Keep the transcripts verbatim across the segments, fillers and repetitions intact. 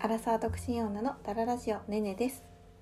アラサー独身女のダララジオねねです。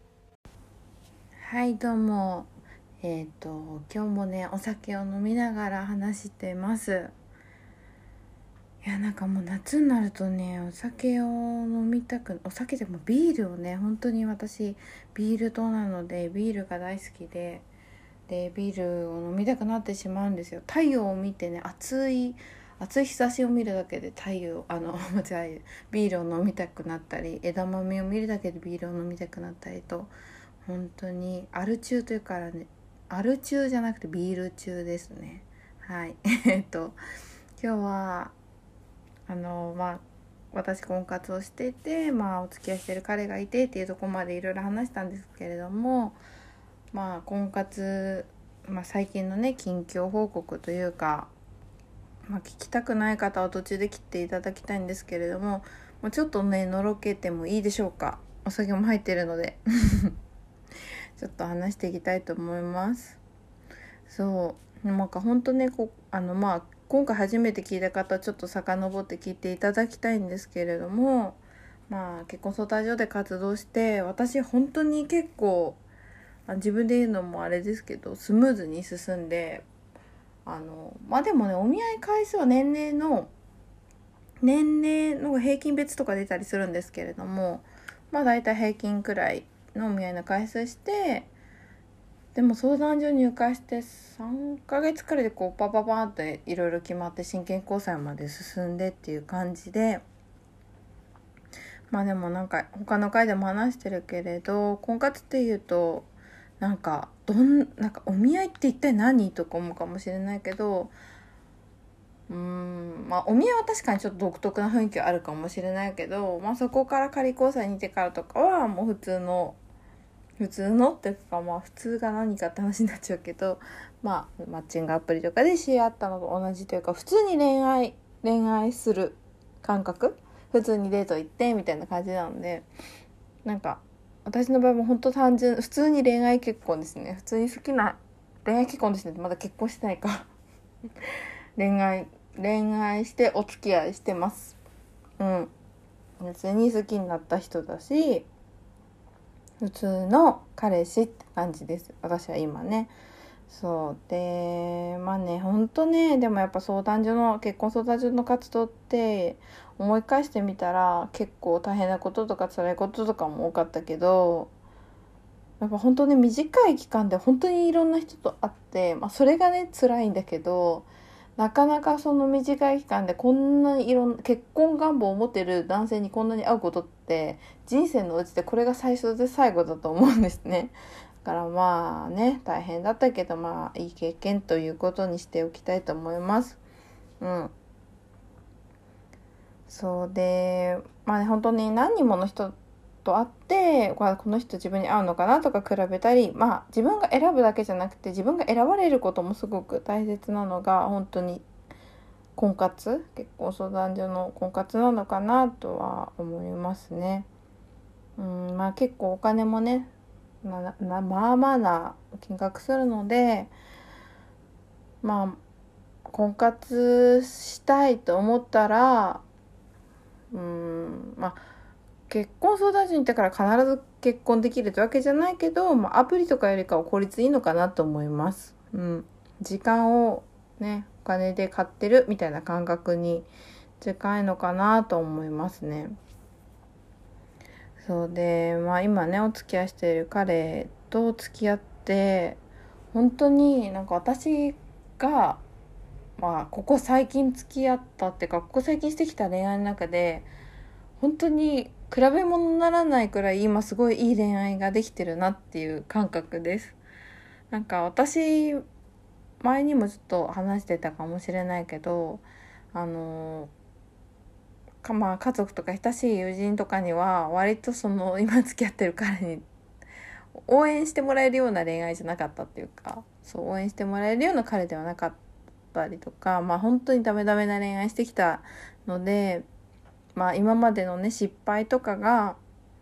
はいどうもえっ、ー、と今日もねお酒を飲みながら話してます。いやなんかもう夏になるとねお酒を飲みたくお酒でもビールをね本当に私ビール党なのでビールが大好きででビールを飲みたくなってしまうんですよ。太陽を見てね暑い暑い日差しを見るだけで太陽あの間違えビールを飲みたくなったり枝豆を見るだけでビールを飲みたくなったりと本当にアル中というからねアル中じゃなくてビール中ですね。はいえっと今日はあのまあ私婚活をしていて、まあ、お付き合いしてる彼がいてっていうところまでいろいろ話したんですけれども、まあ婚活、まあ、最近のね近況報告というか、まあ、聞きたくない方は途中で切っていただきたいんですけれども、もうちょっとねのろけてもいいでしょうか。お酒も入ってるのでちょっと話していきたいと思います。そうなんか本当ねこあのまあ今回初めて聞いた方ちょっと遡って聞いていただきたいんですけれども、まあ結婚相談所で活動して私本当に結構自分で言うのもあれですけどスムーズに進んで、あのまあでもねお見合い回数は年齢の年齢の平均別とか出たりするんですけれども、まあ大体平均くらいのお見合いの回数して、でも相談所入会してさんかげつくらいでこうパパパーっていろいろ決まって真剣交際まで進んでっていう感じで、まあでもなんか他の回でも話してるけれど婚活っていうとなんかどんなんかお見合いって一体何とか思うかもしれないけど、うーんまあお見合いは確かにちょっと独特な雰囲気はあるかもしれないけど、まあそこから仮交際に行ってからとかはもう普通の普通のっていうかまあ普通が何かって話になっちゃうけど、まあマッチングアプリとかで知り合ったのと同じというか普通に恋愛恋愛する感覚、普通にデート行ってみたいな感じなので、なんか私の場合も本当単純普通に恋愛結婚ですね。普通に好きな恋愛結婚ですね。まだ結婚してないか恋愛恋愛してお付き合いしてます。うん普通に好きになった人だし普通の彼氏って感じです私は今ね。そうでまあねほんとねでもやっぱ相談所の結婚相談所の活動って思い返してみたら結構大変なこととか辛いこととかも多かったけど、やっぱ本当に短い期間で本当にいろんな人と会って、まあ、それがね辛いんだけど、なかなかその短い期間でこんなにいろんな結婚願望を持ってる男性にこんなに会うことって人生のうちでこれが最初で最後だと思うんですね。だからまあね大変だったけどまあいい経験ということにしておきたいと思います。うんそうでまあね本当に何人もの人と会ってこの人自分に合うのかなとか比べたり、まあ自分が選ぶだけじゃなくて自分が選ばれることもすごく大切なのが本当に婚活結婚相談所の婚活なのかなとは思いますね。うんまあ結構お金もねまあまあまあな金額するので、まあ婚活したいと思ったらうんまあ結婚相談所に行ったから必ず結婚できるってわけじゃないけど、まあ、アプリとかよりかは効率いいのかなと思います。うん、時間をねお金で買ってるみたいな感覚に近いのかなと思いますね。そうでまあ今ねお付き合いしている彼と付き合って本当になんか私がまあここ最近付き合ったっていうかここ最近してきた恋愛の中で本当に比べ物にならないくらい今すごいいい恋愛ができてるなっていう感覚です。なんか私前にもちょっと話してたかもしれないけど、あのかまあ家族とか親しい友人とかには割とその今付き合ってる彼に応援してもらえるような恋愛じゃなかったっていうか、そう応援してもらえるような彼ではなかったりとか、まあ本当にダメダメな恋愛してきたので、まあ今までのね失敗とかが、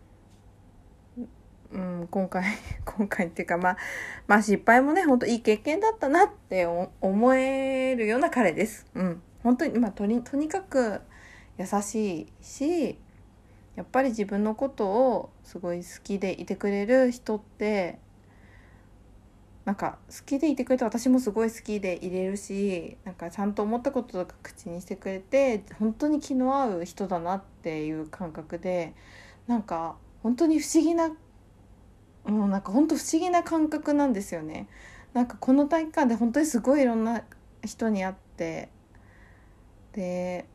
うん、今回今回っていうかまあまあ失敗もね本当いい経験だったなって思えるような彼です。うん本当にまあとにとにかく優しいしやっぱり自分のことをすごい好きでいてくれる人って、なんか好きでいてくれて、私もすごい好きでいれるし、なんかちゃんと思ったこととか口にしてくれて本当に気の合う人だなっていう感覚で、なんか本当に不思議な、もうなんか本当不思議な感覚なんですよね。なんかこの短期間で本当にすごいいろんな人に会って、で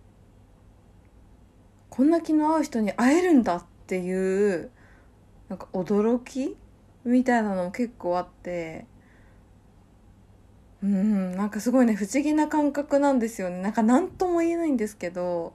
こんな気の合う人に会えるんだっていうなんか驚きみたいなのも結構あって、うんなんかすごいね不思議な感覚なんですよね。なんか何とも言えないんですけど、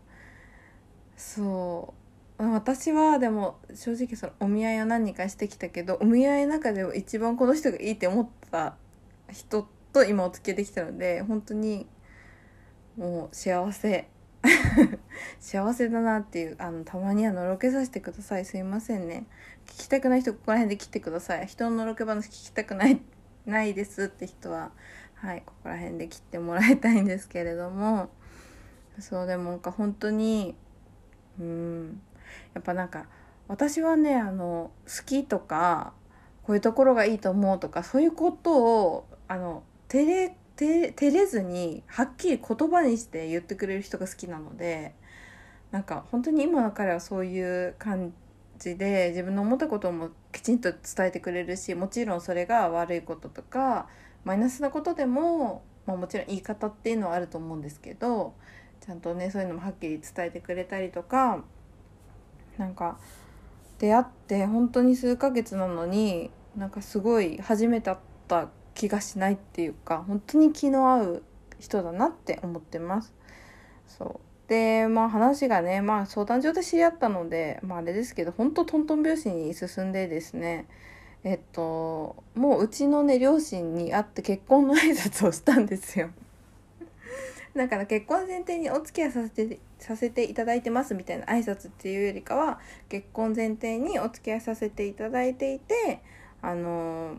そう私はでも正直そのお見合いを何人かしてきたけど、お見合いの中でも一番この人がいいって思った人と今お付き合いできたので、本当にもう幸せ幸せだなっていう、あのたまにはのろけさせてください。すいませんね、聞きたくない人ここら辺で切ってください。人ののろけ話聞きたくないないですって人ははいここら辺で切ってもらいたいんですけれども、そうでもなんか本当にうんやっぱなんか私はね、あの好きとかこういうところがいいと思うとかそういうことをあの照れて照れずにはっきり言葉にして言ってくれる人が好きなので、なんか本当に今の彼はそういう感じで自分の思ったこともきちんと伝えてくれるし、もちろんそれが悪いこととかマイナスなことでも、まあ、もちろん言い方っていうのはあると思うんですけど、ちゃんとねそういうのもはっきり伝えてくれたりとか、なんか出会って本当に数ヶ月なのになんかすごい初めて会った気がしないっていうか、本当に気の合う人だなって思ってます。そうでまあ話がね、まあ相談所で知り合ったので、まああれですけど、本当トントン拍子に進んでですね、えっともううちのね両親に会って結婚の挨拶をしたんですよ。だから結婚前提にお付き合いさせてさせていただいてますみたいな挨拶っていうよりかは、結婚前提にお付き合いさせていただいていて、あの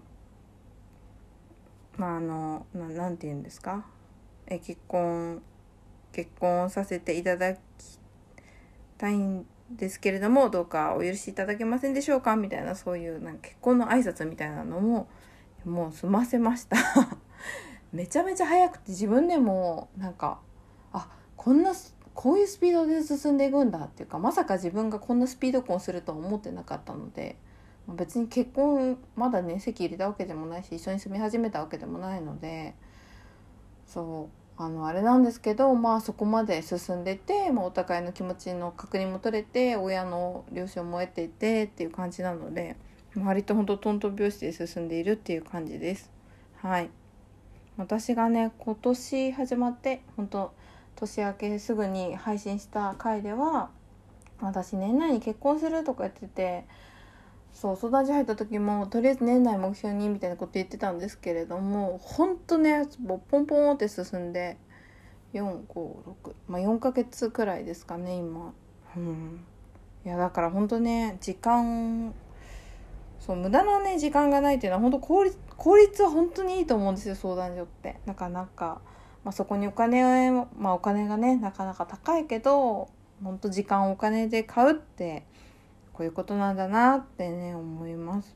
まああのななんて言うんですか、え結婚結婚させていただきたいんですけれども、どうかお許しいただけませんでしょうかみたいな、そういうなんか結婚の挨拶みたいなのももう済ませましためちゃめちゃ早くて、自分でもなんかあこんなこういうスピードで進んでいくんだっていうか、まさか自分がこんなスピード婚するとは思ってなかったので、別に結婚まだね籍入れたわけでもないし、一緒に住み始めたわけでもないので、そうあのあれなんですけど、まあそこまで進んでて、まあ、お互いの気持ちの確認も取れて、親の了承も得ていてっていう感じなので、割と本当トントン拍子で進んでいるっていう感じです。はい。私がね今年始まって本当年明けすぐに配信した回では、私年内に結婚するとか言ってて、そう相談所入った時もとりあえず年内目標にみたいなこと言ってたんですけれども、ほんとねポンポンって進んでよん、ご、ろく、まあ、よんかげつくらいですかね今。うんいやだからほんとね時間そう無駄なね時間がないっていうのは本当効率効率は本当にいいと思うんですよ、相談所って。なかなか、まあ、そこにお金を、まあ、お金がねなかなか高いけど、本当時間をお金で買うってこういうことなんだなってね思います。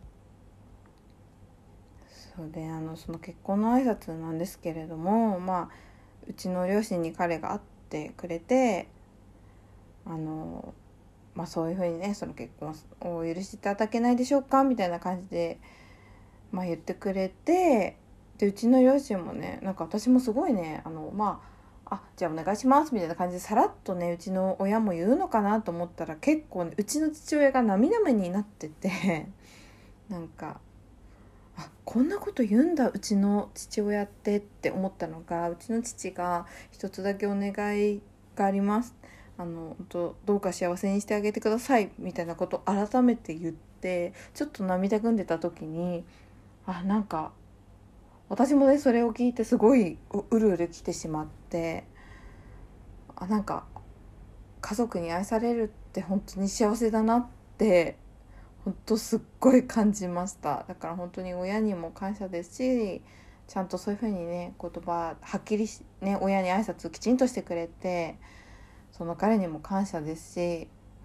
そうであのその結婚の挨拶なんですけれども、まあうちの両親に彼が会ってくれて、あのまあそういうふうにね、その結婚をお許しいただけないでしょうかみたいな感じでまあ言ってくれて、でうちの両親もねなんか私もすごいね、あのまああじゃあお願いしますみたいな感じでさらっとねうちの親も言うのかなと思ったら、結構ねうちの父親が涙目になっててなんかあこんなこと言うんだうちの父親ってって思ったのが、うちの父が一つだけお願いがあります、あのどうか幸せにしてあげてくださいみたいなことを改めて言って、ちょっと涙ぐんでた時に、あなんか私もねそれを聞いてすごいうるうる来てしまって、あなんか家族に愛されるって本当に幸せだなって本当すっごい感じました。だから本当に親にも感謝ですし、ちゃんとそういう風にね言葉はっきりね親に挨拶きちんとしてくれて、その彼にも感謝ですし、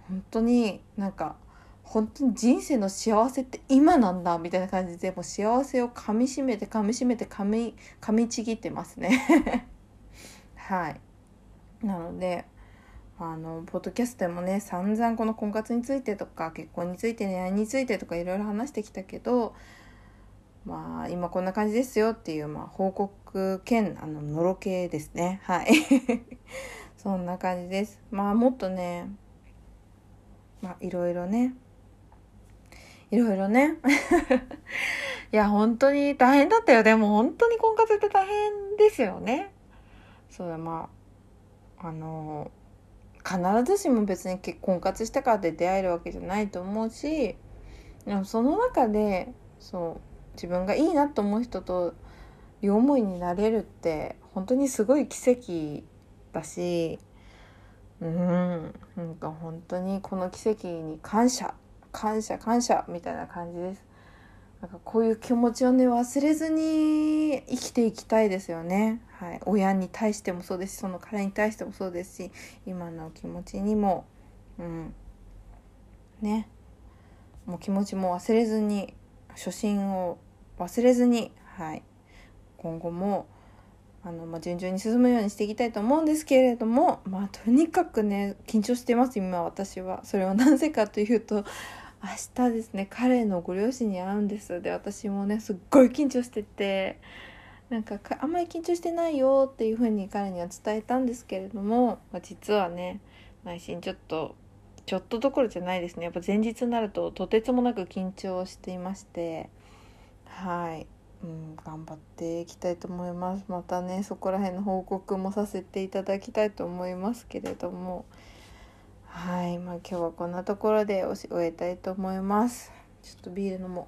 本当になんか本当に人生の幸せって今なんだみたいな感じで、もう幸せを噛みしめて噛みしめて噛み噛みちぎってますねはい。なのであのポッドキャストでもね、散々この婚活についてとか結婚について恋愛についてとかいろいろ話してきたけど、まあ今こんな感じですよっていう、まあ、報告兼あののろけですね。はいそんな感じです。まあもっとね、まあいろいろねいろいろねいや本当に大変だったよ。でも本当に婚活って大変ですよね。そうだ、まああの必ずしも別に結婚活したからって出会えるわけじゃないと思うし、でもその中でそう自分がいいなと思う人と両思いになれるって本当にすごい奇跡だし、うんなんか本当にこの奇跡に感謝感謝感謝みたいな感じです。なんかこういう気持ちをね忘れずに生きていきたいですよね。はい、親に対してもそうですし、その彼に対してもそうですし、今の気持ちにも、うんね、もう気持ちも忘れずに、初心を忘れずに、はい、今後もあの、まあ、順々に進むようにしていきたいと思うんですけれども、まあとにかくね緊張してます今私は。それはなぜかというと、明日ですね彼のご両親に会うんです。で私もねすっごい緊張してて、なんかあんまり緊張してないよっていう風に彼には伝えたんですけれども、まあ、実はね内心ちょっとちょっとどころじゃないですね。やっぱ前日になるととてつもなく緊張していまして、はい、うん、頑張っていきたいと思います。またねそこら辺の報告もさせていただきたいと思いますけれども、はい、まあ今日はこんなところで終えたいと思います。ちょっとビール飲も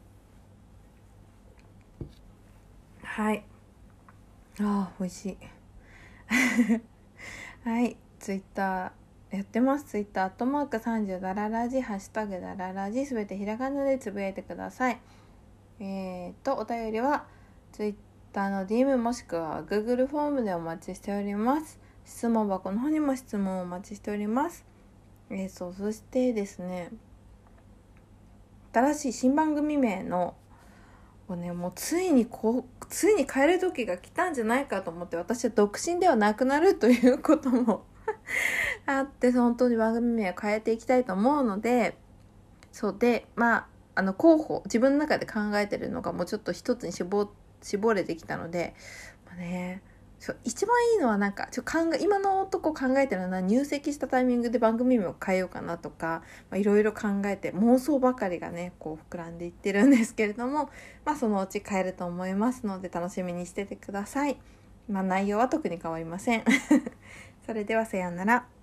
う。はい、あー美味しいはい、ツイッターやってます。ツイッターアットマークさんじゅうダララジハッシュタグダララジすべてひらがなでつぶやいてください。えーとお便りはツイッターの ディーエム もしくは Google フォームでお待ちしております。質問箱の方にも質問をお待ちしております。えー、そうそしてですね、新しい新番組名のをねもうついにこうついに変える時が来たんじゃないかと思って、私は独身ではなくなるということもあって、本当に番組名を変えていきたいと思うので、そうでまああの候補自分の中で考えてるのがもうちょっと一つに絞絞れてきたので、まあね、一番いいのはなんかちょ考え今のとこ考えてるのは入籍したタイミングで番組名を変えようかなとか、いろいろ考えて妄想ばかりがねこう膨らんでいってるんですけれども、まあそのうち変えると思いますので楽しみにしててください。まあ内容は特に変わりませんそれではさようなら。